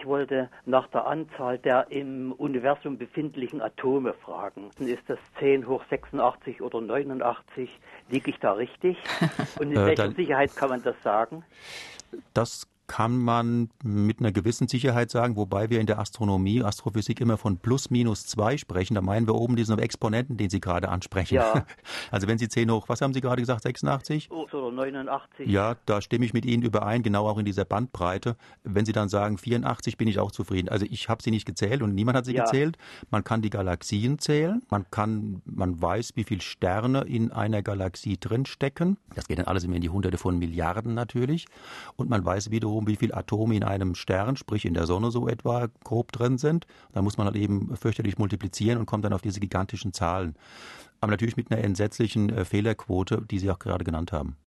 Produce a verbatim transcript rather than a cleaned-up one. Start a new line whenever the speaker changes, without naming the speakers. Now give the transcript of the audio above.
wollte nach der Anzahl der im Universum befindlichen Atome fragen. Ist das zehn hoch sechsundachtzig oder neunundachtzig? Liege ich da richtig? Und in
äh,
welcher Sicherheit kann man das sagen?
Das kann man mit einer gewissen Sicherheit sagen, wobei wir in der Astronomie, Astrophysik immer von plus minus zwei sprechen. Da meinen wir oben diesen Exponenten, den Sie gerade ansprechen.
Ja.
Also wenn Sie zehn hoch, was haben Sie gerade gesagt, sechsundachtzig?
Oder neunundachtzig.
Ja, da stimme ich mit Ihnen überein, genau auch in dieser Bandbreite. Wenn Sie dann sagen vierundachtzig, bin ich auch zufrieden. Also ich habe sie nicht gezählt und niemand hat sie
Ja.
gezählt. Man kann die Galaxien zählen. Man kann, man weiß, wie viele Sterne in einer Galaxie drinstecken. Das geht dann alles immer in die Hunderte von Milliarden natürlich. Und man weiß wiederum, wie viele Atome in einem Stern, sprich in der Sonne so etwa, grob drin sind. Da muss man halt eben fürchterlich multiplizieren und kommt dann auf diese gigantischen Zahlen. Aber natürlich mit einer entsetzlichen Fehlerquote, die Sie auch gerade genannt haben.